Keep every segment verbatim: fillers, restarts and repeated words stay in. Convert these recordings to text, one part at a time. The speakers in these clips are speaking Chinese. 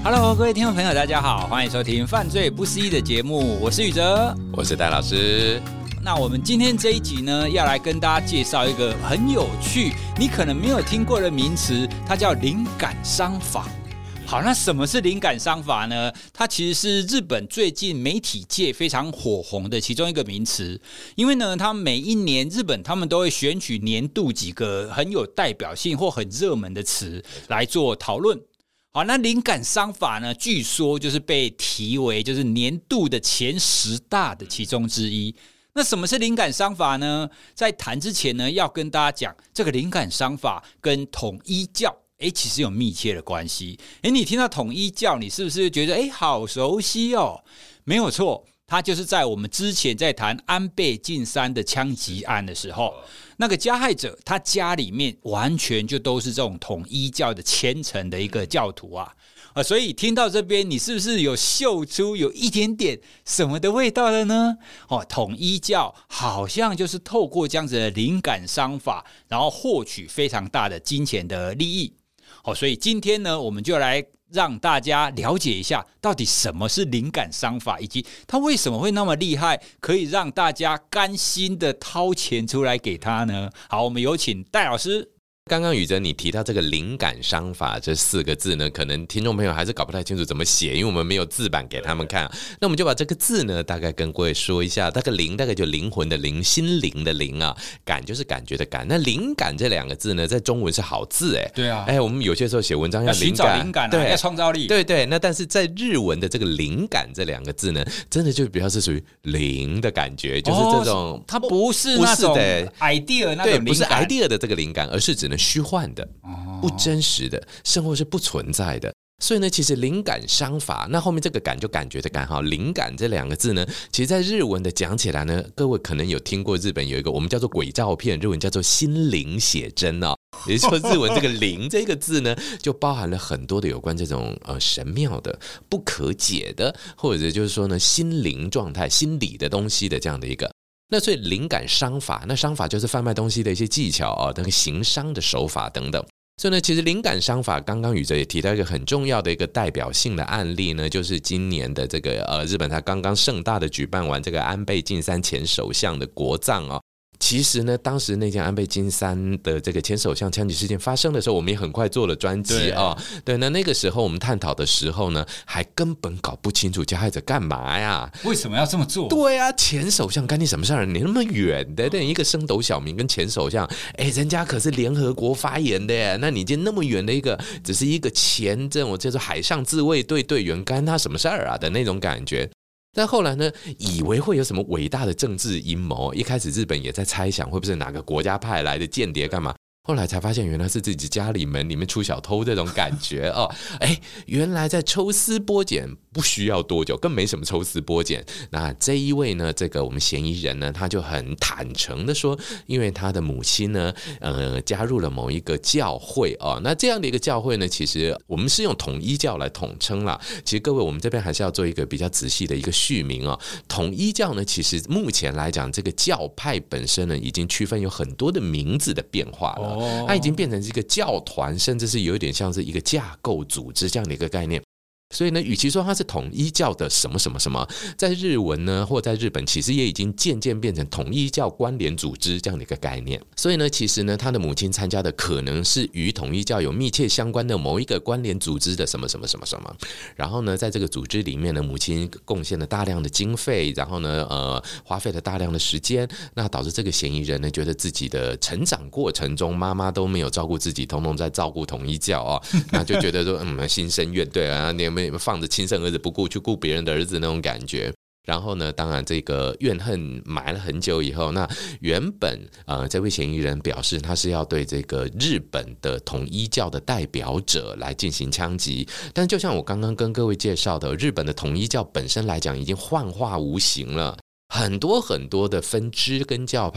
Hello， 各位听众朋友，大家好，欢迎收听《犯罪不思议》的节目，我是宇哲， 我是戴老师。 那我们今天这一集呢，要来跟大家介绍一个很有趣，你可能没有听过的名词，它叫灵感商法。好，那什么是灵感商法呢？它其实是日本最近媒体界非常火红的其中一个名词。因为呢，他们每一年日本他们都会选取年度几个很有代表性或很热门的词来做讨论。好，那灵感商法呢，据说就是被提为就是年度的前十大的其中之一。那什么是灵感商法呢？在谈之前呢，要跟大家讲，这个灵感商法跟统一教诶其实有密切的关系。诶你听到统一教，你是不是觉得诶好熟悉哦？没有错，它就是在我们之前在谈安倍晋三的枪击案的时候，那个加害者他家里面完全就都是这种统一教的虔诚的一个教徒啊。啊，所以听到这边，你是不是有嗅出有一点点什么的味道了呢？哦，统一教好像就是透过这样子的灵感商法，然后获取非常大的金钱的利益。哦，所以今天呢，我们就来让大家了解一下，到底什么是灵感商法，以及它为什么会那么厉害，可以让大家甘心的掏钱出来给他呢？好，我们有请戴老师。 刚刚宇哲你提到这个灵感商法这四个字呢，可能听众朋友还是搞不太清楚怎么写，因为我们没有字版给他们看。那我们就把这个字呢大概跟各位说一下。那个灵大概就灵魂的灵，心灵的灵啊，感就是感觉的感。那灵感这两个字呢，在中文是好字哎。 对啊， 哎，我们有些时候写文章要灵感， 要寻找灵感啊， 对， 要创造力。 对对，那但是在日文的这个灵感这两个字呢，真的就比较是属于灵的感觉，就是这种、 哦、它不是那种 idea 那种灵感， 对，不是 idea 的这个灵感，而是只能虚幻的。不真实的，甚或是不存在的。所以呢，其实灵感商法，那后面这个感就感觉的感哈，灵感这两个字呢，其实在日文的讲起来呢，各位可能有听过日本有一个我们叫做鬼照片，日文叫做心灵写真哦。也就是说，日文这个灵这个字呢，就包含了很多的有关这种呃神妙的、不可解的，或者就是说呢心灵状态、心理的东西的这样的一个。那所以灵感商法，那商法就是贩卖东西的一些技巧啊，那个行商的手法等等。所以呢，其实灵感商法，刚刚宇哲也提到一个很重要的一个代表性的案例呢，就是今年的这个呃日本，他刚刚盛大的举办完这个安倍晋三前首相的国葬哦。其实呢，当时那件安倍晋三的这个前首相枪击事件发生的时候，我们也很快做了专辑啊、哦。对，那那个时候我们探讨的时候呢，还根本搞不清楚加害者干嘛呀？ 为什么要这么做？ 对啊，前首相干你什么事儿？你那么远的，对一个升斗小民跟前首相，哎，人家可是联合国发言的耶，那你就那么远的一个，只是一个前这种叫做海上自卫队队员，干他什么事儿啊的那种感觉。但后来呢，以为会有什么伟大的政治阴谋，一开始日本也在猜想会不会是哪个国家派来的间谍干嘛，后来才发现原来是自己家里门里面出小偷这种感觉哦。哎，原来在抽丝剥茧不需要多久，更没什么抽丝剥茧。那这一位呢，这个我们嫌疑人呢，他就很坦诚的说，因为他的母亲呢，呃，加入了某一个教会哦。那这样的一个教会呢，其实我们是用统一教来统称啦。其实各位，我们这边还是要做一个比较仔细的一个序名哦。统一教呢，其实目前来讲，这个教派本身呢，已经区分有很多的名字的变化了。哦，它已经变成一个教团，甚至是有一点像是一个架构组织这样的一个概念。所以呢，与其说它是统一教的什么什么什么，在日文呢，或在日本，其实也已经渐渐变成统一教关联组织这样的一个概念。所以呢，其实呢，他的母亲参加的可能是与统一教有密切相关的某一个关联组织的什么什么什么什么。然后呢，在这个组织里面呢，母亲贡献了大量的经费，然后呢，呃，花费了大量的时间，那导致这个嫌疑人呢，觉得自己的成长过程中，妈妈都没有照顾自己，统统在照顾统一教啊、哦，那就觉得说，嗯，心生怨怼啊，你有没有放着亲生儿子不顾，去顾别人的儿子那种感觉。然后呢，当然这个怨恨埋了很久以后，那原本呃这位嫌疑人表示他是要对这个日本的统一教的代表者来进行枪击，但就像我刚刚跟各位介绍的，日本的统一教本身来讲已经幻化无形了，很多很多的分支跟教派。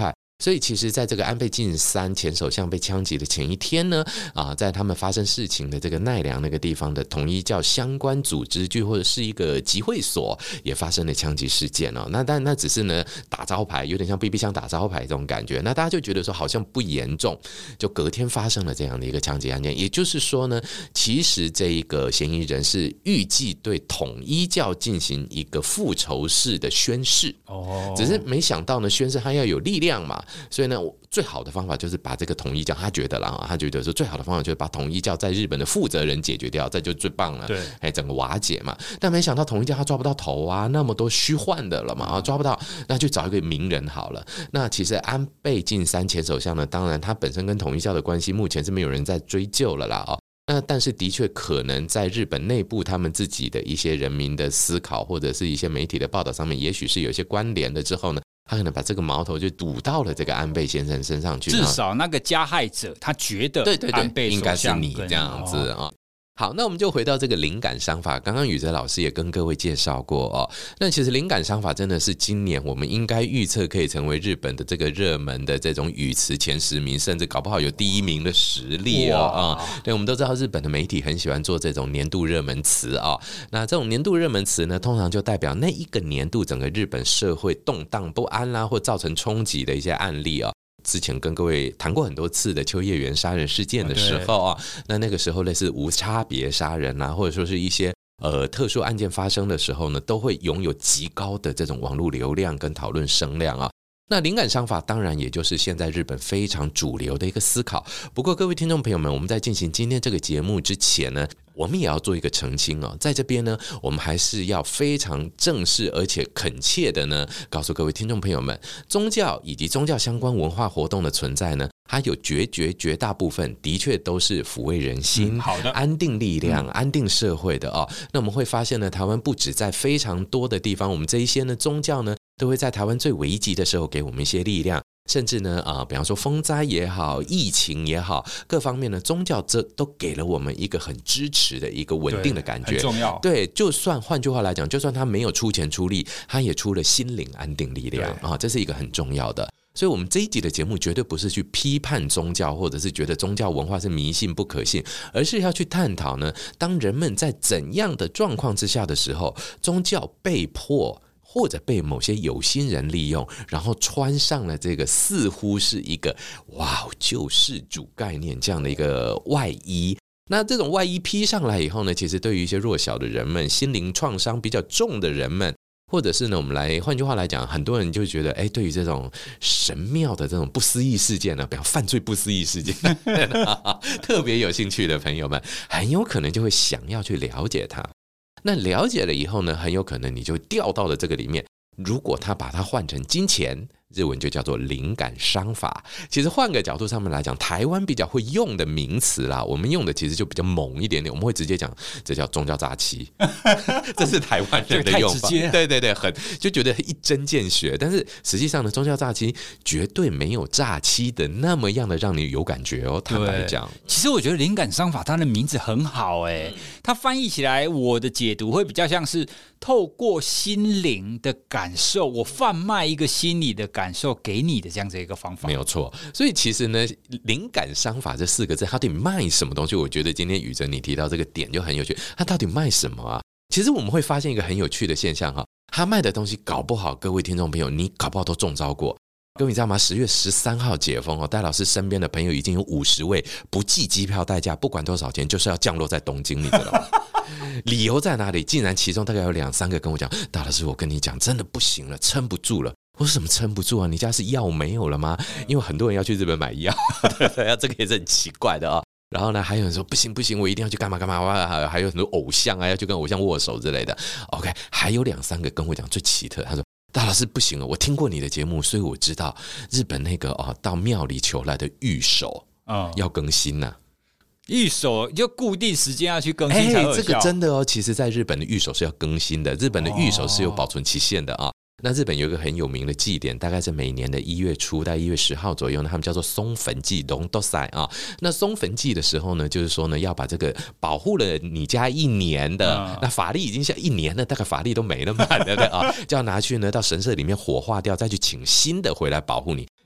所以其实在这个安倍晋三前首相被枪击的前一天呢，啊，在他们发生事情的这个奈良那个地方的统一教相关组织聚或者是一个集会所也发生了枪击事件哦。那但那只是呢打招牌，有点像 B B 枪打招牌这种感觉，那大家就觉得说好像不严重，就隔天发生了这样的一个枪击案件。也就是说呢，其实这一个嫌疑人是预计对统一教进行一个复仇式的宣誓，哦，只是没想到呢，宣誓他要有力量嘛。所以呢，最好的方法就是把这个统一教，他觉得啦，他觉得说最好的方法就是把统一教在日本的负责人解决掉，这就最棒了，对，哎，整个瓦解嘛。但没想到统一教他抓不到头啊，那么多虚幻的了嘛，啊，抓不到，那就找一个名人好了。那其实安倍晋三前首相呢，当然他本身跟统一教的关系，目前是没有人在追究了啦，哦。那但是的确可能在日本内部他们自己的一些人民的思考，或者是一些媒体的报道上面，也许是有一些关联的之后呢，他可能把这个矛头就堵到了这个安倍先生身上去， 至少那个加害者他觉得对对对， 安倍应该是你这样子啊。哦，好，那我们就回到这个灵感商法，刚刚宇哲老师也跟各位介绍过哦。那其实灵感商法真的是今年我们应该预测可以成为日本的这个热门的这种语词前十名，甚至搞不好有第一名的实力哦啊。对，我们都知道日本的媒体很喜欢做这种年度热门词啊。那这种年度热门词呢，通常就代表那一个年度整个日本社会动荡不安啦，或造成冲击的一些案例啊。之前跟各位谈过很多次的秋叶原杀人事件的时候啊，那那个时候类似无差别杀人啊，或者说是一些呃特殊案件发生的时候呢，都会拥有极高的这种网络流量跟讨论声量啊。那灵感商法当然也就是现在日本非常主流的一个思考。不过各位听众朋友们，我们在进行今天这个节目之前呢，我们也要做一个澄清哦。在这边呢，我们还是要非常正式而且恳切的呢，告诉各位听众朋友们，宗教以及宗教相关文化活动的存在呢，它有绝绝绝大部分的确都是抚慰人心、嗯、好的安定力量、嗯、安定社会的哦。那我们会发现呢，台湾不止在非常多的地方，我们这一些呢宗教呢都会在台湾最危急的时候给我们一些力量，甚至呢啊、呃，比方说风灾也好，疫情也好，各方面的宗教这都给了我们一个很支持的一个稳定的感觉， 很重要。 对，就算换句话来讲，就算他没有出钱出力，他也出了心灵安定力量啊，这是一个很重要的。所以我们这一集的节目绝对不是去批判宗教，或者是觉得宗教文化是迷信不可信，而是要去探讨呢，当人们在怎样的状况之下的时候，宗教被迫或者被某些有心人利用，然后穿上了这个似乎是一个哇救世主概念这样的一个外衣。那这种外衣披上来以后呢，其实对于一些弱小的人们，心灵创伤比较重的人们，或者是呢，我们来换句话来讲，很多人就觉得，哎，对于这种神庙的这种不思议事件呢，比方犯罪不思议事件，特别有兴趣的朋友们，很有可能就会想要去了解它。那了解了以后呢，很有可能你就掉到了这个里面。如果他把它换成金钱，日文就叫做灵感商法。其实换个角度上面来讲，台湾比较会用的名词啦，我们用的其实就比较猛一点点，我们会直接讲这叫宗教诈欺，这是台湾人的用法。对对对，很就觉得一针见血。但是实际上呢，宗教诈欺绝对没有诈欺的那么样的让你有感觉哦。坦白讲， 其实我觉得灵感商法它的名字很好哎、欸，它翻译起来我的解读会比较像是透过心灵的感受，我贩卖一个心理的感受给你的这样子一个方法， 没有错。所以其实呢，灵感商法这四个字，它到底卖什么东西？我觉得今天宇哲你提到这个点就很有趣，它到底卖什么啊？其实我们会发现一个很有趣的现象哈，他卖的东西搞不好，各位听众朋友，你搞不好都中招过。各位你知道吗？十月十三号解封哦，戴老师身边的朋友已经有五十位不计机票代价，不管多少钱，就是要降落在东京，你知道吗？理由在哪里？竟然其中大概有两三个跟我讲，戴老师，我跟你讲，真的不行了，撑不住了。我说什么撑不住啊？你家是药没有了吗？因为很多人要去日本买药，对对，这个也是很奇怪的啊、哦。然后呢，还有人说不行不行，我一定要去干嘛干嘛，还有很多偶像啊，要去跟偶像握手之类的。OK， 还有两三个跟我讲最奇特，他说。大老师不行了，我听过你的节目，所以我知道日本那个、哦、到庙里求来的御守、哦、要更新呐、啊。 御守就固定时间要去更新才有效、欸、 这个真的哦，其实在日本的御守是要更新的，日本的御守是有保存期限的啊、哦。那日本有一个很有名的祭典，大概是每年的一月初，大概一月十号左右呢，他们叫做松坟祭龙多赛啊。那松坟祭的时候呢，就是说呢，要把这个保护了你家一年的，嗯、那法力已经像一年了，大概法力都没了嘛，对不对啊？就要拿去呢到神社里面火化掉，再去请新的回来保护你。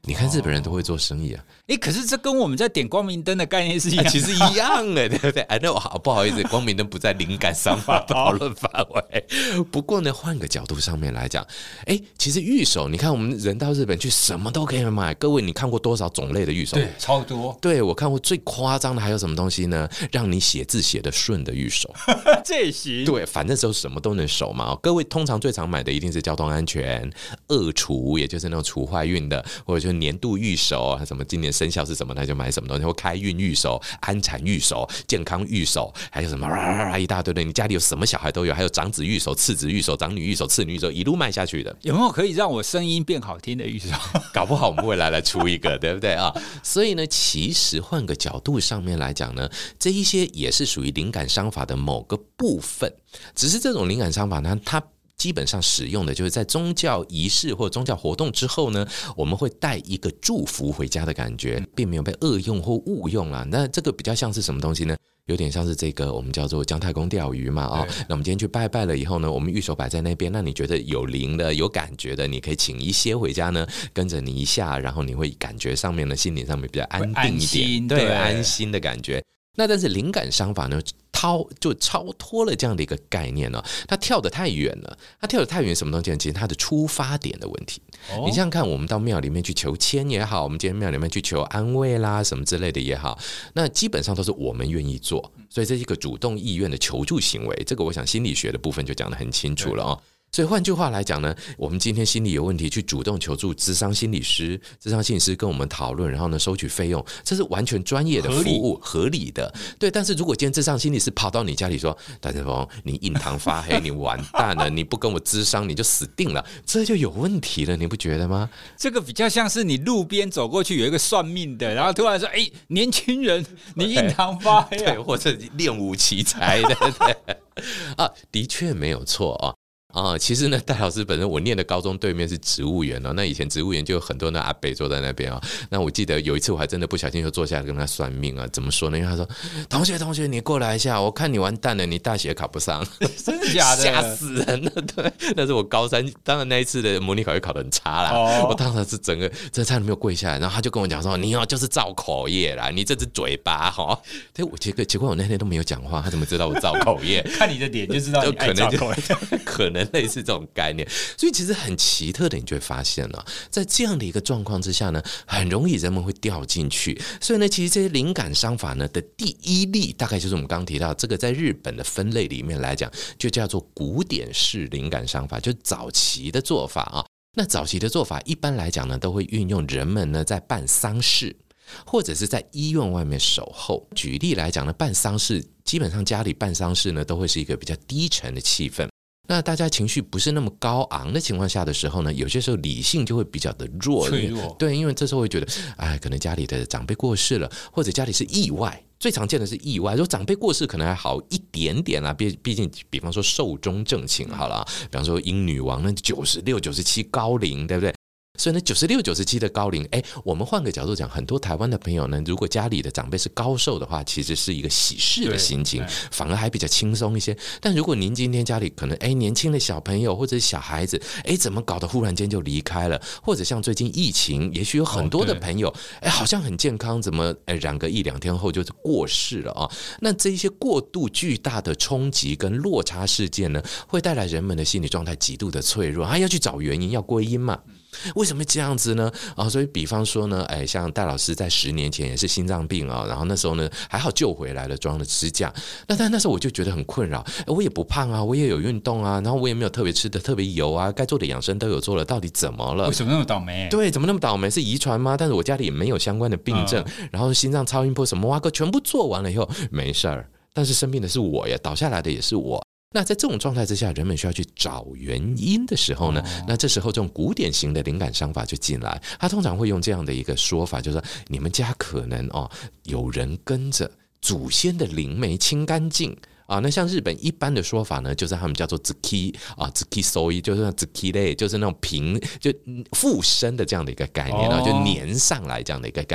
你看日本人都会做生意啊。 哎、欸，可是这跟我们在点光明灯的概念是一样的、 啊、其实一样的，对不对？哎，那我好不好意思，光明灯不在灵感商法讨论范围。不过呢，换个角度上面来讲，哎，其实御守，你看我们人到日本去，什么都可以买。各位，你看过多少种类的御守？ 对，超多。 对，我看过最夸张的还有什么东西呢？让你写字写得顺的御守， 这也行。 对，反正就什么都能守嘛。各位通常最常买的一定是交通安全、恶除，也就是那种除坏运的，或者就是年度御守，什么今年生肖是什么，那就买什么东西，或开运御守、安产御守、健康御守，还有什么一大堆的，你家里有什么小孩都有，还有长子御守、次子御守、长女御守、次女御守，一路卖下去的。 有没有可以让我声音变好听的御守？ 搞不好我们未来来出一个，对不对啊？所以呢，其实换个角度上面来讲呢，这一些也是属于灵感商法的某个部分，只是这种灵感商法呢，它基本上使用的就是在宗教仪式或宗教活动之后呢，我们会带一个祝福回家的感觉，并没有被恶用或误用啦。那这个比较像是什么东西呢？有点像是这个我们叫做姜太公钓鱼嘛啊、哦，那我们今天去拜拜了以后呢，我们御守摆在那边，那你觉得有灵的、有感觉的，你可以请一些回家呢，跟着你一下，然后你会感觉上面呢，心理上面比较安定一点，对，安心的感觉。那但是灵感商法呢，超就超脱了这样的一个概念呢、哦，它跳得太远了。它跳得太远，什么东西？其实它的出发点的问题。哦、你想想看，我们到庙里面去求签也好，我们今天庙里面去求安慰啦，什么之类的也好，那基本上都是我们愿意做，所以这是一个主动意愿的求助行为。这个我想心理学的部分就讲得很清楚了哦。所以换句话来讲呢，我们今天心理有问题，去主动求助諮商心理师，諮商心理师跟我们讨论，然后呢收取费用，这是完全专业的服务，合理, 合理的。对，但是如果今天諮商心理师跑到你家里说，大前锋，你印堂发黑，你完蛋了，你不跟我諮商你就死定了，这就有问题了，你不觉得吗？ 这个比较像是你路边走过去有一个算命的，然后突然说，哎、欸，年轻人，你印堂发黑、啊， 对，或者练武奇才的，对啊，的确没有错啊、哦。啊、哦，其实呢，戴老师本身我念的高中对面是植物园哦，那以前植物园就有很多的阿伯坐在那边哦。那我记得有一次我还真的不小心就坐下来跟他算命啊，怎么说呢？因为他说：“同学，同学，你过来一下，我看你完蛋了，你大学考不上。” 真的假的？ 吓死人了！对，那是我高三，当然那一次的模拟考也考得很差啦。哦、我当时是整个这差点没有跪下来，然后他就跟我讲说：“你哦就是造口业啦，你这只嘴巴哈。哦”对，我结果结果我那天都没有讲话，他怎么知道我造口业？ 看你的脸就知道你爱造口业， 可能类似这种概念。所以其实很奇特的，你就会发现了、啊，在这样的一个状况之下呢，很容易人们会掉进去。所以呢，其实这些灵感商法呢的第一例，大概就是我们刚刚提到这个，在日本的分类里面来讲，就叫做古典式灵感商法，就早期的做法啊。那早期的做法，一般来讲呢，都会运用人们呢在办丧事，或者是在医院外面守候。举例来讲呢，办丧事，基本上家里办丧事呢，都会是一个比较低沉的气氛。那大家情绪不是那么高昂的情况下的时候呢，有些时候理性就会比较的弱， 脆弱。 对，因为这时候会觉得，哎，可能家里的长辈过世了，或者家里是意外。最常见的是意外，如果长辈过世可能还好一点点啦，毕毕竟比方说寿终正寝好了，比方说英女王那九十六、九十七高龄，对不对？所以呢，九十六、九十七的高龄，哎，我们换个角度讲，很多台湾的朋友呢，如果家里的长辈是高寿的话，其实是一个喜事的心情，反而还比较轻松一些。但如果您今天家里可能哎年轻的小朋友或者是小孩子，哎怎么搞得忽然间就离开了，或者像最近疫情，也许有很多的朋友，哎、哦、好像很健康，怎么哎染个一两天后就过世了啊、哦？那这一些过度巨大的冲击跟落差事件呢，会带来人们的心理状态极度的脆弱，他要去找原因，要归因嘛。为什么这样子呢？啊，所以比方说呢，哎，像戴老师在十年前也是心脏病啊，然后那时候呢还好救回来了，装了支架。那但那时候我就觉得很困扰，我也不胖啊，我也有运动啊，然后我也没有特别吃的特别油啊，该做的养生都有做了，到底怎么了？ 为什么那么倒霉？ 对，怎么那么倒霉？是遗传吗？但是我家里也没有相关的病症，嗯、然后心脏超音波什么挖沟全部做完了以后没事儿，但是生病的是我呀，倒下来的也是我。那在这种状态之下，人们需要去找原因的时候呢，哦、那这时候这种古典型的灵感商法就进来。他通常会用这样的一个说法，就是说你们家可能哦有人跟着祖先的灵媒清干净。啊，那像日本一般的说法呢，就是他们叫做 zuki 啊 zuki soi， 就是 zuki 类，就是那种平就附身的这样的一个概念，然后、哦、就粘上来这样的一个概念。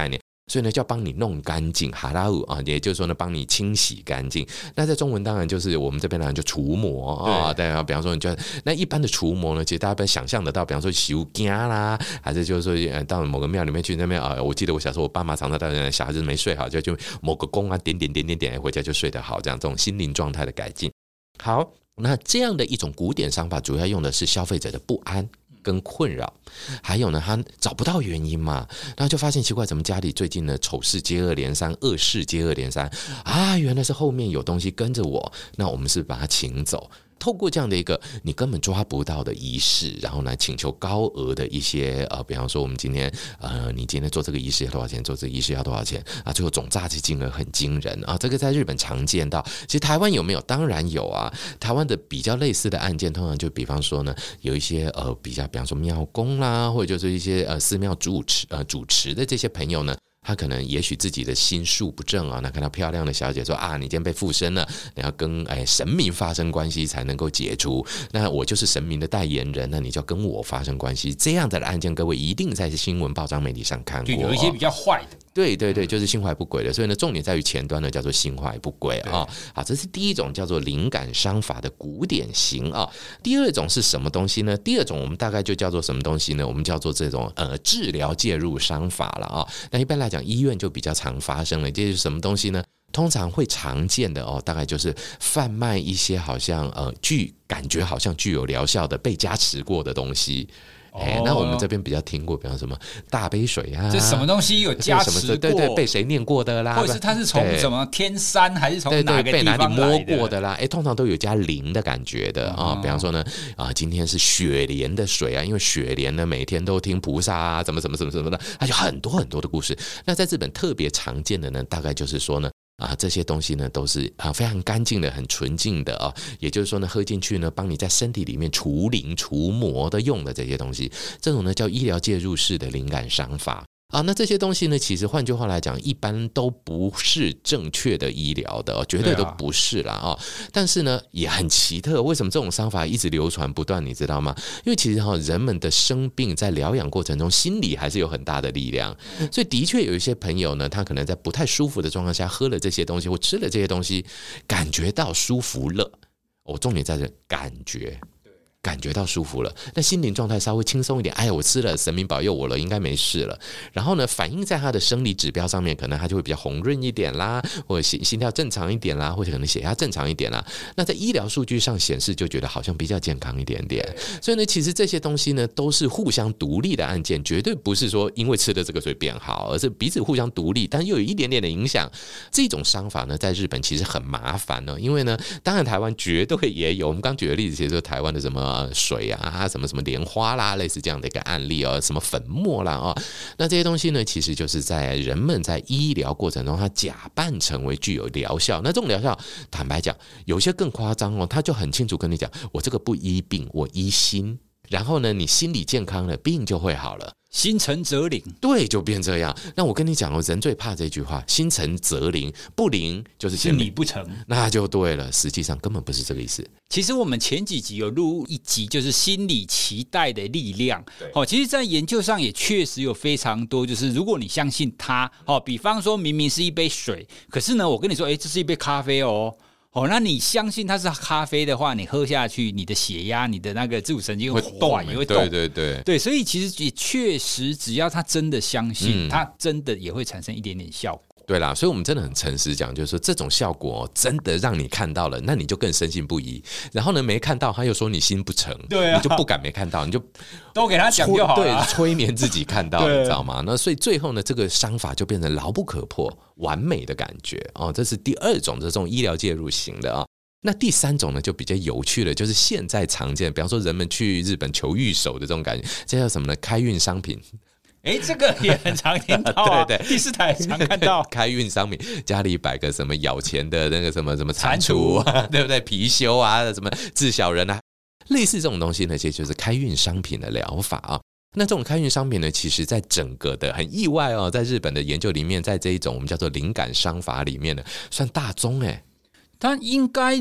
所以呢，就要帮你弄干净，哈拉乌啊，也就是说呢，帮你清洗干净。那在中文当然就是我们这边当然就除魔啊，对啊，比方说你就那一般的除魔呢，其实大家不想象得到，比方说修家啦，还是就是说到某个庙里面去那边啊，我记得我小时候我爸妈常常带小孩子没睡好，就就某个宫啊点点点点点回家就睡得好，这样这种心灵状态的改进。好，那这样的一种古典商法，主要用的是消费者的不安跟困扰，还有呢，他找不到原因嘛，然后就发现奇怪，怎么家里最近呢丑事接二连三，恶事接二连三啊？原来是后面有东西跟着我，那我们是把它请走。透过这样的一个你根本抓不到的仪式，然后呢请求高额的一些呃，比方说我们今天呃，你今天做这个仪式要多少钱，做这个仪式要多少钱啊？最后总价值金额很惊人啊！这个在日本常见到，其实台湾有没有？当然有啊。台湾的比较类似的案件，通常就比方说呢，有一些呃比较，比方说庙公啦，或者就是一些呃寺庙主持呃主持的这些朋友呢。他可能也许自己的心术不正啊，那看到漂亮的小姐说啊，你今天被附身了，你要跟哎神明发生关系才能够解除。那我就是神明的代言人，那你就要跟我发生关系。这样的案件，各位一定在新闻报章媒体上看过， 就有一些比较坏的。 对对对，就是心怀不轨的，所以呢，重点在于前端呢，叫做心怀不轨啊。好，这是第一种叫做灵感商法的古典型啊。第二种是什么东西呢？第二种我们大概就叫做什么东西呢？我们叫做这种呃治疗介入商法了啊。那一般来讲，医院就比较常发生了，这是什么东西呢？通常会常见的哦，大概就是贩卖一些好像呃具感觉好像具有疗效的被加持过的东西。哎、欸，那我们这边比较听过，比方什么大杯水啊， 这什么东西有加持过？ 对对，被谁念过的啦？ 或者是它是从什么天山还是从哪个地方来的？对对，被哪里摸过的啦？哎、欸，通常都有加灵的感觉的啊、哦。比方说呢，啊，今天是雪莲的水啊，因为雪莲呢每天都听菩萨啊，怎么怎么怎么怎么的，它有很多很多的故事。那在日本特别常见的呢，大概就是说呢。啊，这些东西呢都是啊非常干净的、很纯净的啊，也就是说呢，喝进去呢，帮你在身体里面除灵除魔的用的这些东西，这种呢叫医疗介入式的灵感商法。啊，那这些东西呢，其实换句话来讲，一般都不是正确的医疗的、哦，绝对都不是啦啊、哦。但是呢，也很奇特，为什么这种商法一直流传不断？你知道吗？因为其实哈、哦，人们的生病在疗养过程中，心理还是有很大的力量，所以的确有一些朋友呢，他可能在不太舒服的状况下喝了这些东西或吃了这些东西，感觉到舒服了。我、哦、重点在这感觉。感觉到舒服了，那心灵状态稍微轻松一点，哎呀，我吃了，神明保佑我了，应该没事了。然后呢，反映在他的生理指标上面，可能他就会比较红润一点啦，或者心心跳正常一点啦，或者可能血压正常一点啦。那在医疗数据上显示，就觉得好像比较健康一点点。所以呢，其实这些东西呢，都是互相独立的案件，绝对不是说因为吃了这个所以变好，而是彼此互相独立，但又有一点点的影响。这种商法呢，在日本其实很麻烦呢、哦，因为呢，当然台湾绝对也有，我们刚举的例子，其实台湾的什么。水啊，什么什么莲花啦，类似这样的一个案例哦，什么粉末啦哦，那这些东西呢，其实就是在人们在医疗过程中，它假扮成为具有疗效。那这种疗效，坦白讲，有些更夸张哦，他就很清楚跟你讲，我这个不医病，我医心。然后呢，你心理健康了，病就会好了。 心诚则灵， 对，就变这样。那我跟你讲哦，人最怕这句话，心诚则灵，不灵就是是你不成， 那就对了。实际上根本不是这个意思。 其实我们前几集有录一集，就是心理期待的力量。好，其实，在研究上也确实有非常多，就是如果你相信它，好，比方说明明是一杯水，可是呢，我跟你说，哎，这是一杯咖啡哦。哦，那你相信它是咖啡的话，你喝下去，你的血压、你的那个自主神经会动，也会动。 对对对， 对，所以其实也确实，只要他真的相信，嗯、他真的也会产生一点点效果。 对啦，所以我们真的很诚实讲，就是说这种效果、哦、真的让你看到了，那你就更深信不疑。然后呢，没看到他又说你心不诚， 对啊， 你就不敢没看到，你就都给他讲就好了， 对，催眠自己看到，你知道吗？那所以最后呢，这个商法就变成牢不可破、完美的感觉哦。这是第二种这种医疗介入型的啊、哦。那第三种呢，就比较有趣了，就是现在常见，比方说人们去日本求御守的这种感觉，这叫什么呢？开运商品。 哎，这个也很常听到啊，对对，第四台常看到开运商品，家里摆个什么咬钱的那个什么什么蟾蜍啊，对不对？貔貅啊，什么治小人啊，类似这种东西呢，其实就是开运商品的疗法啊。那这种开运商品呢，其实在整个的很意外哦，在日本的研究里面，在这一种我们叫做灵感商法里面呢，算大宗哎。 它应该如果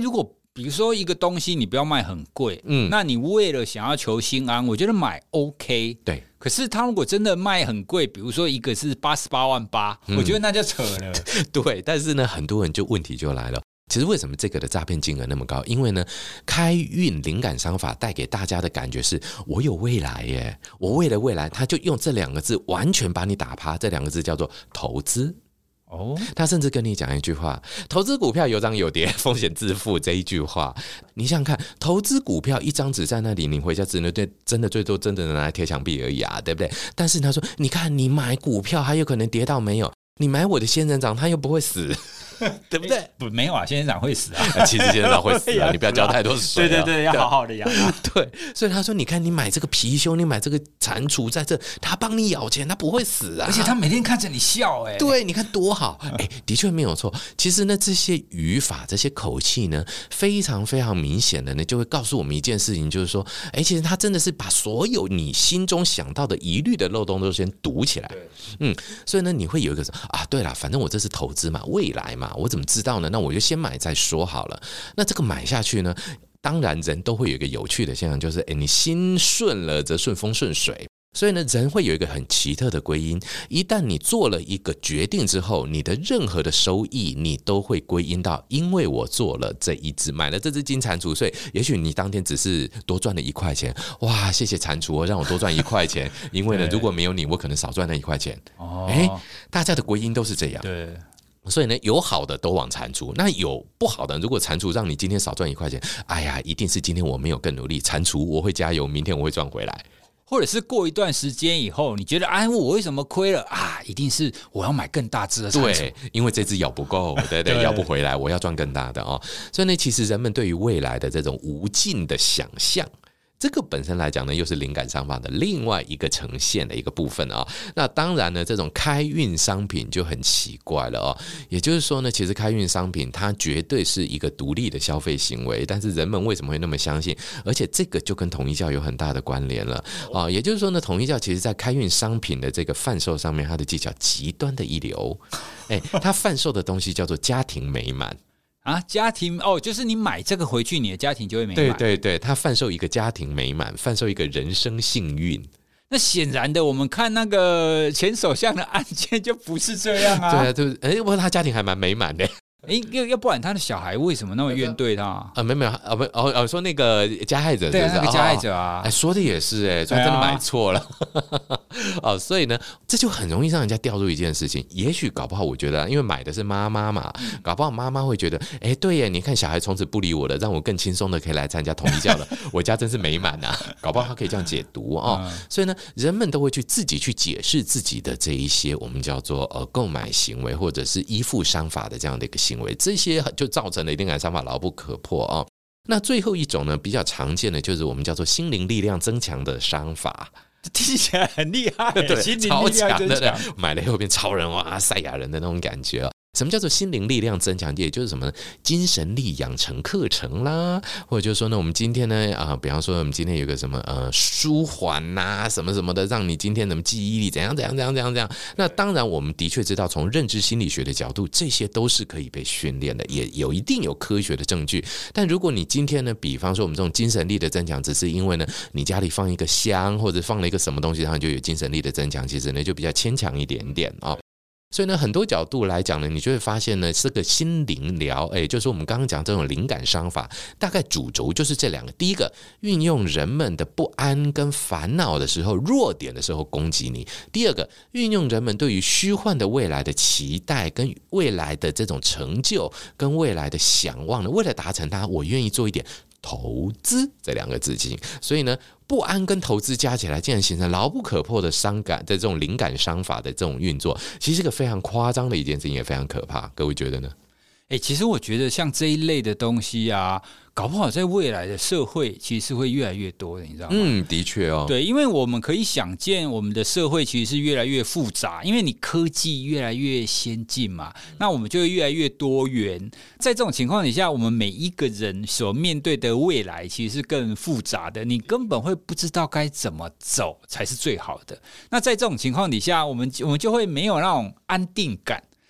比如说一个东西你不要卖很贵，嗯，那你为了想要求心安，我觉得买 OK， 对。 可是他如果真的卖很贵，比如说一个是八十八万八，我觉得那就扯了。 对，但是呢，很多人就问题就来了。其实为什么这个的诈骗金额那么高？因为呢，开运灵感商法带给大家的感觉是，我有未来耶，我为了未来，他就用这两个字完全把你打趴。这两个字叫做投资。哦，他甚至跟你讲一句话：投资股票有涨有跌，风险自负。这一句话，你想想看，投资股票一张纸在那里，你回家只能对真的最多真的拿来贴墙壁而已啊，对不对？但是他说，你看你买股票，还有可能跌到没有。你买我的仙人掌，它又不会死，对不对？ 不，没有啊，仙人掌会死啊。 其实仙人掌会死啊，你不要浇太多水、啊。 对对对，要好好的养啊。 对，所以他说，你看你买这个貔貅，你买这个蟾蜍在这，它帮你咬钱，它不会死啊。 而且它每天看着你笑、欸，哎， 对，你看多好，哎，的确没有错。其实呢，这些语法、这些口气呢，非常非常明显的呢，就会告诉我们一件事情，就是说，哎，其实他真的是把所有你心中想到的疑虑的漏洞都先堵起来。嗯，所以呢，你会有一个啊，对啦，反正我这是投资嘛，未来嘛，我怎么知道呢？那我就先买再说好了。那这个买下去呢，当然人都会有一个有趣的现象，就是哎，你心顺了则顺风顺水。所以呢，人会有一个很奇特的归因，一旦你做了一个决定之后，你的任何的收益你都会归因到因为我做了这一只，买了这只金蟾蜍，所以也许你当天只是多赚了一块钱，哇，谢谢蟾蜍让我多赚一块钱，因为呢如果没有你我可能少赚了一块钱。哦，大家的归因都是这样。 对， 所以呢，有好的都往蟾蜍，那有不好的，如果蟾蜍让你今天少赚一块钱，哎呀，一定是今天我没有更努力，蟾蜍我会加油，明天我会赚回来。 或者是过一段时间以后，你觉得哎，我为什么亏了啊？一定是我要买更大只的蟾蜍， 对，因为这只咬不够，对对，咬不回来，我要赚更大的哦。所以呢，其实人们对于未来的这种无尽的想象，这个本身来讲呢，又是灵感商法的另外一个呈现的一个部分啊、哦。那当然呢，这种开运商品就很奇怪了哦。也就是说呢，其实开运商品它绝对是一个独立的消费行为，但是人们为什么会那么相信？而且这个就跟统一教有很大的关联了啊、哦。也就是说呢，统一教其实在开运商品的这个贩售上面，它的技巧极端的一流。哎，它贩售的东西叫做家庭美满。 啊，家庭哦，就是你买这个回去，你的家庭就会美满。 对对对，他贩售一个家庭美满，贩售一个人生幸运。 那显然的，我们看那个前首相的案件就不是这样啊。 对啊，对，哎，不过他家庭还蛮美满的。 哎，要要不然他的小孩为什么那么怨对他啊？ 啊，没有没有啊，不哦哦，说那个加害者， 对那个加害者啊， 哎、哦，说的也是哎，他真的买错了。哦，所以呢，这就很容易让人家掉入一件事情。也许搞不好，我觉得，因为买的是妈妈嘛，搞不好妈妈会觉得，哎，对耶，你看小孩从此不理我了，让我更轻松的可以来参加统一教了，我家真是美满啊！搞不好他可以这样解读哦。嗯、所以呢，人们都会去自己去解释自己的这一些我们叫做呃购买行为或者是依附商法的这样的一个行为，这些就造成了灵感商法牢不可破哦。那最后一种呢，比较常见的就是我们叫做心灵力量增强的商法。 听起来很厉害， 对， 心灵力量增强， 买了以后变超人哇，赛亚人的那种感觉、哦。什么叫做心灵力量增强？也就是什么呢？精神力养成课程啦，或者就是说呢，我们今天呢啊、呃，比方说我们今天有个什么呃舒缓呐，什么什么的，让你今天的记忆力怎样怎样怎样怎样怎样。那当然，我们的确知道，从认知心理学的角度，这些都是可以被训练的，也有一定有科学的证据。但如果你今天呢，比方说我们这种精神力的增强，只是因为呢，你家里放一个香或者放了一个什么东西，然后就有精神力的增强，其实呢就比较牵强一点点啊。哦，所以呢，很多角度来讲呢，你就会发现呢，这个心灵疗，哎，就是我们刚刚讲这种灵感商法，大概主轴就是这两个。第一个，运用人们的不安跟烦恼的时候，弱点的时候攻击你；第二个，运用人们对于虚幻的未来的期待跟未来的这种成就跟未来的想望呢，为了达成它，我愿意做一点投资这两个字进行。所以呢，不安跟投资加起来，竟然形成牢不可破的商感的这种灵感商法的这种运作，其实是个非常夸张的一件事情，也非常可怕。各位觉得呢？ 欸，其实我觉得像这一类的东西啊，搞不好在未来的社会其实是会越来越多的，你知道吗？ 嗯，的确哦。 对，因为我们可以想见，我们的社会其实是越来越复杂，因为你科技越来越先进嘛，那我们就会越来越多元。在这种情况底下，我们每一个人所面对的未来其实是更复杂的，你根本会不知道该怎么走才是最好的。那在这种情况底下，我们我们就会没有那种安定感。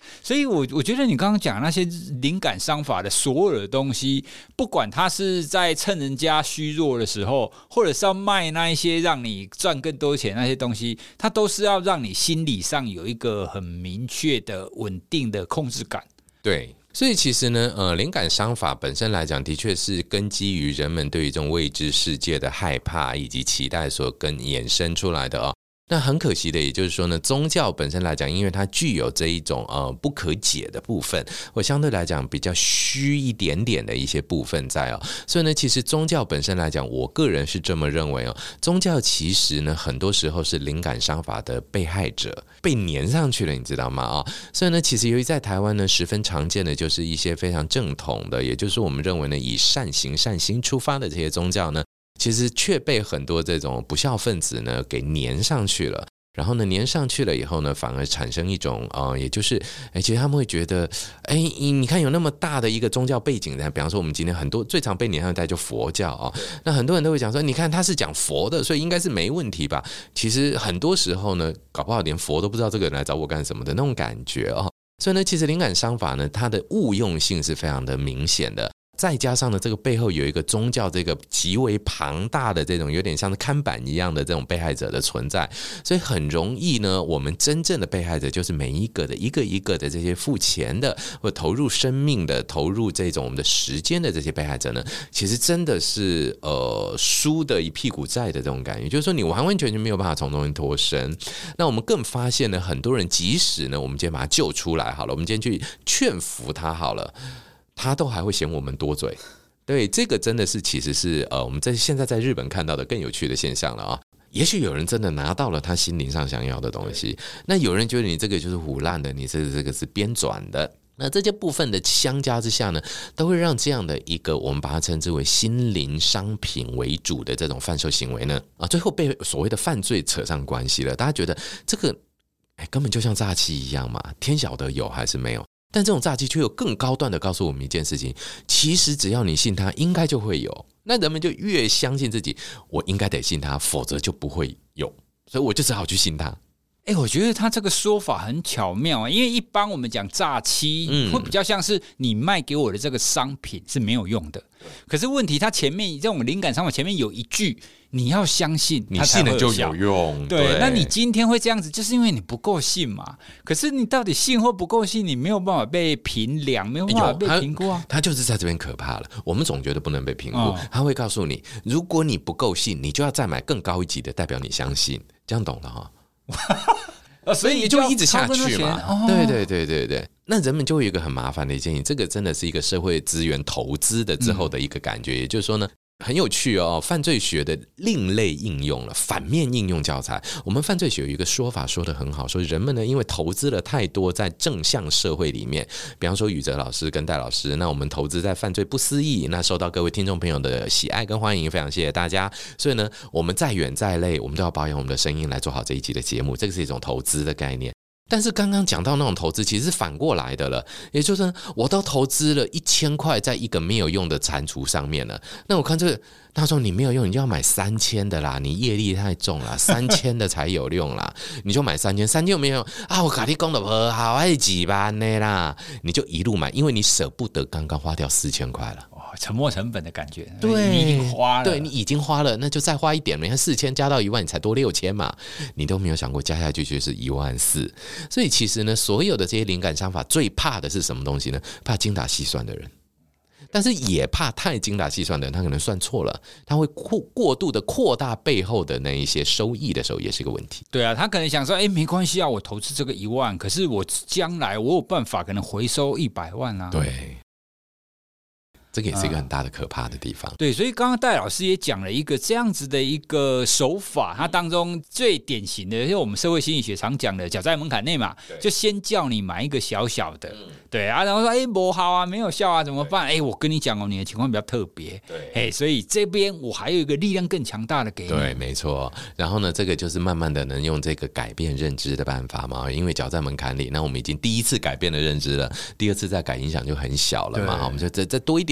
所以我，我觉得你刚刚讲那些灵感商法的所有的东西，不管他是在趁人家虚弱的时候，或者是要卖那一些让你赚更多钱那些东西，它都是要让你心理上有一个很明确的、稳定的控制感。 对。所以其实呢，呃，灵感商法本身来讲，的确是根基于人们对于这种未知世界的害怕以及期待所跟衍生出来的哦。那很可惜的，也就是说呢，宗教本身来讲，因为它具有这一种呃不可解的部分，或相对来讲比较虚一点点的一些部分在哦，所以呢，其实宗教本身来讲，我个人是这么认为哦，宗教其实呢，很多时候是灵感商法的被害者，被粘上去了，你知道吗？啊、哦，所以呢，其实由于在台湾呢，十分常见的就是一些非常正统的，也就是我们认为呢，以善行善心出发的这些宗教呢。其实却被很多这种不孝分子呢给粘上去了，然后呢粘上去了以后呢，反而产生一种呃，也就是哎，其实他们会觉得，哎，你看有那么大的一个宗教背景的，比方说我们今天很多最常被粘上的就佛教啊、哦，那很多人都会讲说，你看他是讲佛的，所以应该是没问题吧？其实很多时候呢，搞不好连佛都不知道这个人来找我干什么的那种感觉哦。所以呢，其实灵感商法呢，它的误用性是非常的明显的。再加上呢，这个背后有一个宗教这个极为庞大的这种有点像是看板一样的这种被害者的存在，所以很容易呢，我们真正的被害者就是每一个的一个一个的这些付钱的或投入生命的、投入这种我们的时间的这些被害者呢，其实真的是呃输的一屁股债的这种感觉，就是说你完完全全没有办法从中间脱身。那我们更发现呢，很多人即使呢，我们今天把他救出来好了，我们今天去劝服他好了。他都还会嫌我们多嘴，对，这个真的是其实是呃我们在现在在日本看到的更有趣的现象了啊。也许有人真的拿到了他心灵上想要的东西，那有人觉得你这个就是唬烂的，你这这个是编转的。那这些部分的相加之下呢，都会让这样的一个我们把它称之为心灵商品为主的这种贩售行为呢，啊，最后被所谓的犯罪扯上关系了。大家觉得这个哎根本就像诈欺一样嘛，天晓得有还是没有？但这种诈欺却有更高段的告诉我们一件事情，其实只要你信他，应该就会有。那人们就越相信自己，我应该得信他，否则就不会有，所以我就只好去信他。 哎、欸，我觉得他这个说法很巧妙，因为一般我们讲诈欺，嗯，会比较像是你卖给我的这个商品是没有用的。可是问题，他前面这种灵感商法前面有一句，你要相信， 你信了就有用。 对，对，那你今天会这样子，就是因为你不够信嘛。可是你到底信或不够信，你没有办法被评量，没有办法被评估啊。 他就是在这边可怕了。我们总觉得不能被评估，哦、他会告诉你，如果你不够信，你就要再买更高一级的，代表你相信。这样懂了哈、哦？所以你就一直下去嘛。哦、对对对对对。那人们就会有一个很麻烦的建议，这个真的是一个社会资源投资的之后的一个感觉，嗯、也就是说呢。很有趣哦，犯罪学的另类应用了，反面应用教材。我们犯罪学有一个说法说得很好，说人们呢因为投资了太多在正向社会里面，比方说宇哲老师跟戴老师，那我们投资在犯罪不思议，那受到各位听众朋友的喜爱跟欢迎，非常谢谢大家。所以呢，我们再远再累，我们都要保养我们的声音来做好这一集的节目，这个是一种投资的概念。但是刚刚讲到那种投资其实是反过来的了，也就是呢我都投资了一千块在一个没有用的蟾蜍上面了，那我看这个他说你没有用，你就要买三千的啦，你业力太重了，三千的才有用啦，你就买三千，三千没有用啊，我跟你讲的不好，还几万的啦，你就一路买，因为你舍不得刚刚花掉四千块了。 沉没成本的感觉， 对， 你已经花了， 对你已经花了，那就再花一点了。你看四千加到一万，你才多六千嘛，你都没有想过加下去就是一万四。所以其实呢，所有的这些灵感商法最怕的是什么东西呢？怕精打细算的人，但是也怕太精打细算的人，他可能算错了，他会过过度的扩大背后的那一些收益的时候，也是一个问题。 对啊，他可能想说，哎，没关系啊，我投资这个一万，可是我将来我有办法可能回收一百万啊。 对。这个也是一个很大的可怕的地方、 嗯、对，所以刚刚戴老师也讲了一个这样子的一个手法，它当中最典型的就是我们社会心理学常讲的缴债门槛内嘛，就先叫你买一个小小的、嗯、对啊，然后说哎不好啊，没有效啊，怎么办？哎，我跟你讲哦，你的情况比较特别，对，哎，所以这边我还有一个力量更强大的给你。 对，没错。然后呢，这个就是慢慢的能用这个改变认知的办法嘛，因为缴债门槛里，那我们已经第一次改变了认知了，第二次再改影响就很小了嘛，我们就再再多一点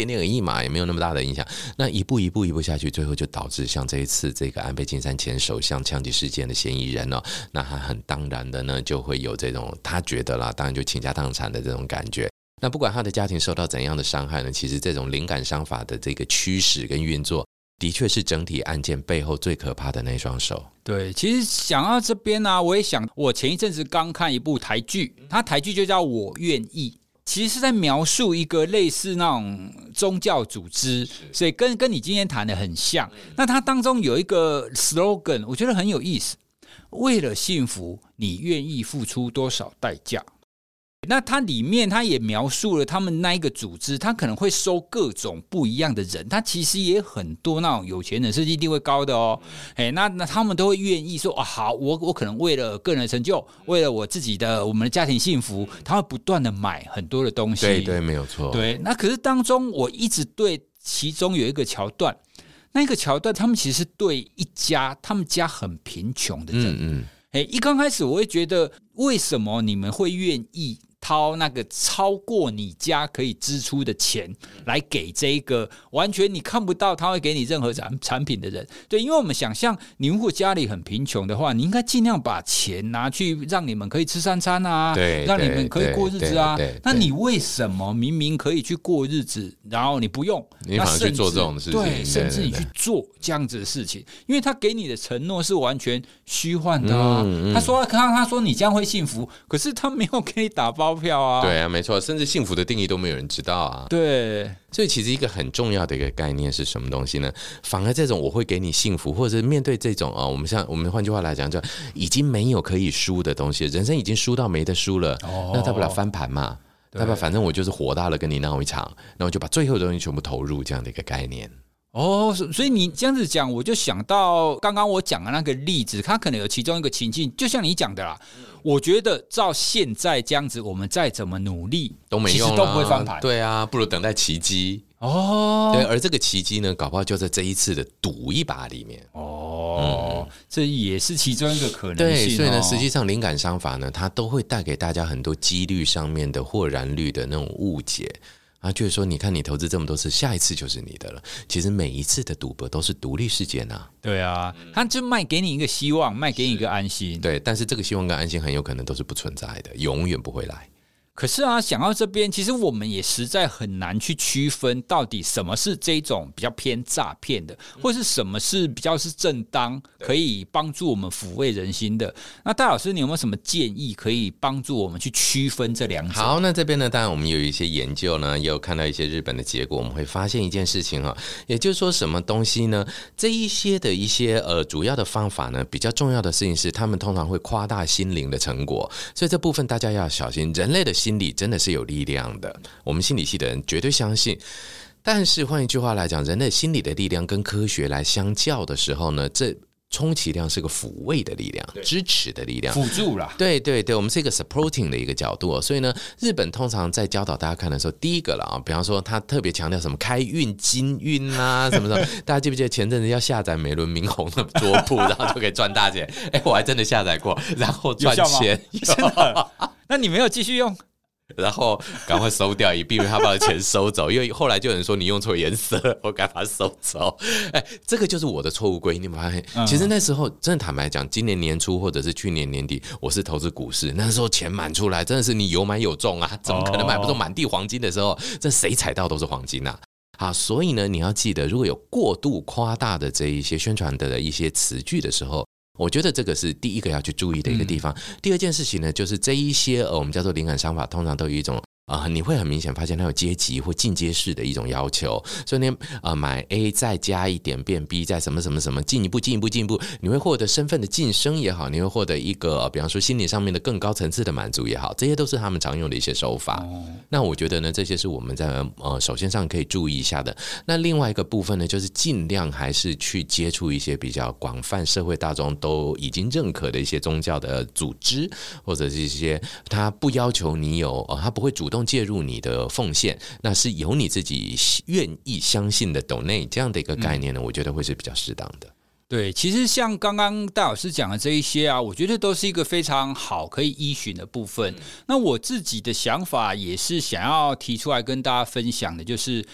念而已嘛，也没有那么大的影响。那一步一步一步下去，最后就导致像这一次这个安倍晋三前首相枪击事件的嫌疑人哦，那他很当然的呢，就会有这种他觉得啦，当然就倾家荡产的这种感觉。那不管他的家庭受到怎样的伤害呢，其实这种灵感商法的这个驱使跟运作，的确是整体案件背后最可怕的那双手。 对，其实想到这边呢、啊，我也想，我前一阵子刚看一部台剧，它台剧就叫《我愿意》。其实是在描述一个类似那种宗教组织，所以跟跟你今天谈的很像。那它当中有一个 slogan， 我觉得很有意思：为了幸福，你愿意付出多少代价？那它里面它也描述了他们那一个组织，它可能会收各种不一样的人，它其实也很多那种有钱人，社经地位高的哦，哎，那那他们都会愿意说啊，好，我我可能为了个人的成就，为了我自己的我们的家庭幸福，他会不断的买很多的东西， 对对，没有错， 对。那可是当中我一直对其中有一个桥段，那个桥段他们其实是对一家他们家很贫穷的人，嗯嗯，一刚开始我会觉得，为什么你们会愿意掏那个超过你家可以支出的钱来给这个完全你看不到他会给你任何产品的人？对，因为我们想象你如果家里很贫穷的话，你应该尽量把钱拿去让你们可以吃三餐啊， 对， 让你们可以过日子啊。 对对对对， 那你为什么明明可以去过日子，然后你不用， 你反而去做这种事情？ 对，甚至你去做这样子的事情，因为他给你的承诺是完全虚幻的啊。嗯嗯，他说他他说你这样会幸福，可是他没有给你打包票啊。 对啊，没错，甚至幸福的定义都没有人知道啊。 对， 所以其实一个很重要的一个概念是什么东西呢？反而这种我会给你幸福，或者是面对这种啊、哦，我们像我们换句话来讲，就已经没有可以输的东西，人生已经输到没得输了，哦、那大不了翻盘嘛，大不了反正我就是火大了，跟你闹一场，那我就把最后的东西全部投入，这样的一个概念。 哦，所以你这样子讲，我就想到刚刚我讲的那个例子，它可能有其中一个情境，就像你讲的啦。我觉得照现在这样子，我们再怎么努力都没用， 其实都不会翻盘。 对啊，不如等待奇迹。 哦， 对，而这个奇迹呢，搞不好就在这一次的赌一把里面。 哦，嗯、这也是其中一个可能性、哦。 对，所以呢，实际上灵感商法呢，它都会带给大家很多几率上面的或然率的那种误解。啊，就是说，你看你投资这么多次，下一次就是你的了。其实每一次的赌博都是独立事件啊。 对啊，他就卖给你一个希望，卖给你一个安心。 对，但是这个希望跟安心很有可能都是不存在的，永远不会来。 可是啊，想到这边，其实我们也实在很难去区分到底什么是这种比较偏诈骗的，或是什么是比较是正当，可以帮助我们抚慰人心的。那戴老师，你有没有什么建议可以帮助我们去区分这两者？ 好，那这边呢，当然我们有一些研究呢，也有看到一些日本的结果，我们会发现一件事情哈，也就是说，什么东西呢？这一些的一些呃主要的方法呢，比较重要的事情是，他们通常会夸大心灵的成果，所以这部分大家要小心。人类的心理真的是有力量的，我们心理系的人绝对相信。但是换一句话来讲，人类心理的力量跟科学来相较的时候呢，这充其量是个抚慰的力量，支持的力量， 辅助啦。 对对对，我们是一个 supporting 的一个角度、哦、所以呢，日本通常在教导大家看的时候，第一个啦、哦、比方说他特别强调什么开运、金运啊什么的，大家记不记得前阵子要下载美轮明宏的桌布，然后就可以赚大钱？哎，我还真的下载过，然后赚钱， 真的？那你没有继续用？ 然后赶快收掉，以避免他把钱收走。因为后来就有人说你用错颜色，我该把它收走。哎，这个就是我的错误归因。你发现，其实那时候真的坦白讲，今年年初或者是去年年底，我是投资股市，那时候钱满出来，真的是你有买有中啊，怎么可能买不中？满地黄金的时候，这谁踩到都是黄金啊。好，所以呢，你要记得，如果有过度夸大的这一些宣传的一些词句的时候，我觉得这个是第一个要去注意的一个地方。嗯、第二件事情呢，就是这一些呃，我们叫做灵感商法，通常都有一种啊、呃，你会很明显发现它有阶级或进阶式的一种要求。所以呢，呃，买 A 再加一点变 B， 再什么什么什么，进一步进一步进一步，你会获得身份的晋升也好，你会获得一个、呃、比方说心理上面的更高层次的满足也好，这些都是他们常用的一些手法。哦、那我觉得呢，这些是我们在呃手线上可以注意一下的。那另外一个部分呢，就是尽量还是去接触一些比较广泛社会大众都已经认可的一些宗教的组织，或者是一些他不要求你有，呃、他不会主动介入你的奉献，那是由你自己愿意相信的 donate 这样的一个概念呢，我觉得会是比较适当的。 对，其实像刚刚戴老师讲的这一些啊，我觉得都是一个非常好可以依循的部分。那我自己的想法也是想要提出来跟大家分享的，就是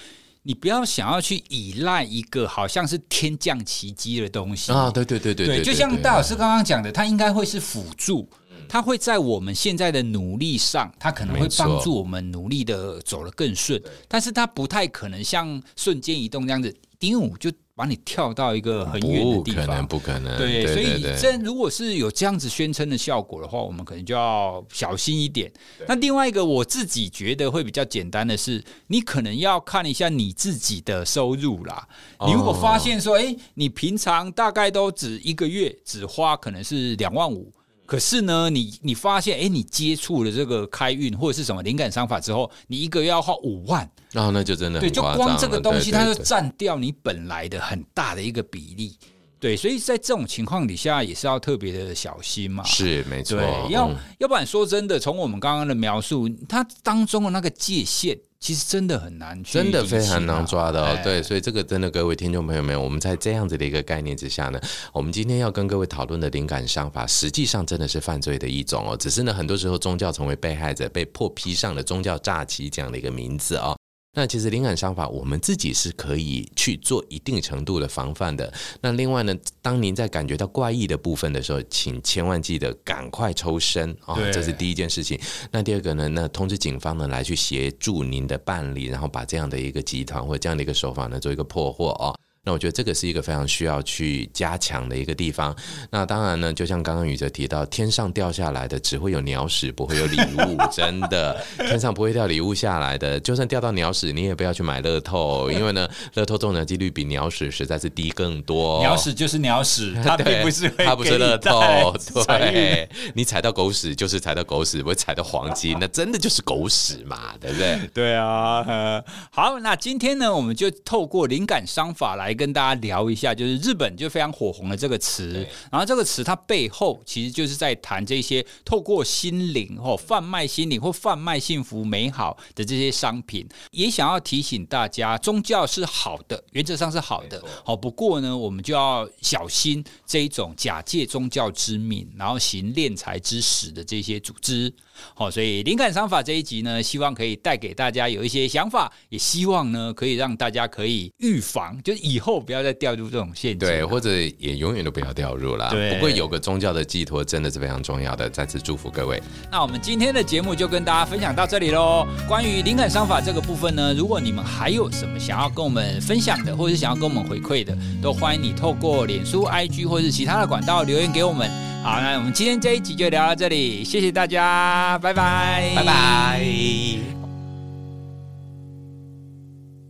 你不要想要去依赖一个好像是天降奇迹的东西啊！对对对对对, 对, 对, 对，就像戴老师刚刚讲的，它应该会是辅助，它会在我们现在的努力上，它可能会帮助我们努力的走得更顺，但是它不太可能像瞬间移动这样子，叮五就把你跳到一个很远的地方， 不可能，不可能。 对， 对所以对对这如果是有这样子宣称的效果的话，我们可能就要小心一点。那另外一个，我自己觉得会比较简单的是，你可能要看一下你自己的收入啦。你如果发现说，哎，你平常大概都只一个月只花可能是两万五。可是呢，你你发现，哎，你接触了这个开运或者是什么灵感商法之后，你一个月要花五万， 哦，那就真的很对，就光这个东西， 对对对， 它就占掉你本来的很大的一个比例。对，所以在这种情况底下，也是要特别的小心嘛。 是没错， 对，要、 嗯、 要不然说真的，从我们刚刚的描述，它当中的那个界限。其实真的很难去， 真的非常难抓的、哦哎、 对，所以这个真的各位听众朋友们，我们在这样子的一个概念之下呢，我们今天要跟各位讨论的灵感商法，实际上真的是犯罪的一种哦。只是呢，很多时候宗教成为被害者，被迫披上了宗教诈欺这样的一个名字哦。那其实灵感商法我们自己是可以去做一定程度的防范的。那另外呢，当您在感觉到怪异的部分的时候，请千万记得赶快抽身、哦、这是第一件事情。那第二个呢，那通知警方呢来去协助您的办理，然后把这样的一个集团或者这样的一个手法呢做一个破获哦。那我觉得这个是一个非常需要去加强的一个地方。那当然呢，就像刚刚宇哲提到，天上掉下来的只会有鸟屎，不会有礼物，真的，天上不会掉礼物下来的。就算掉到鸟屎，你也不要去买乐透，因为呢，乐透中的几率比鸟屎实在是低更多。 鸟屎就是鸟屎，它并不是会它不是乐透， 对， 你踩到狗屎就是踩到狗屎，不会踩到黄金，那真的就是狗屎嘛，对不对？ 对啊、呃，好，那今天呢，我们就透过灵感商法来跟大家聊一下，就是日本就非常火红的这个词，然后这个词它背后其实就是在谈这些透过心灵或贩卖心灵或贩卖幸福美好的这些商品，也想要提醒大家，宗教是好的，原则上是好的，好，不过呢，我们就要小心这一种假借宗教之名，然后行敛财之实的这些组织。好，所以灵感商法这一集呢，希望可以带给大家有一些想法，也希望呢可以让大家可以预防，就是以后不要再掉入这种陷阱， 对，或者也永远都不要掉入啦。不过有个宗教的寄托真的是非常重要的，再次祝福各位。 那我们今天的节目就跟大家分享到这里咯。关于灵感商法这个部分呢，如果你们还有什么想要跟我们分享的，或者是想要跟我们回馈的，都欢迎你透过脸书 I G 或是其他的管道留言给我们。好，那我们今天这一集就聊到这里，谢谢大家，拜拜， 拜拜。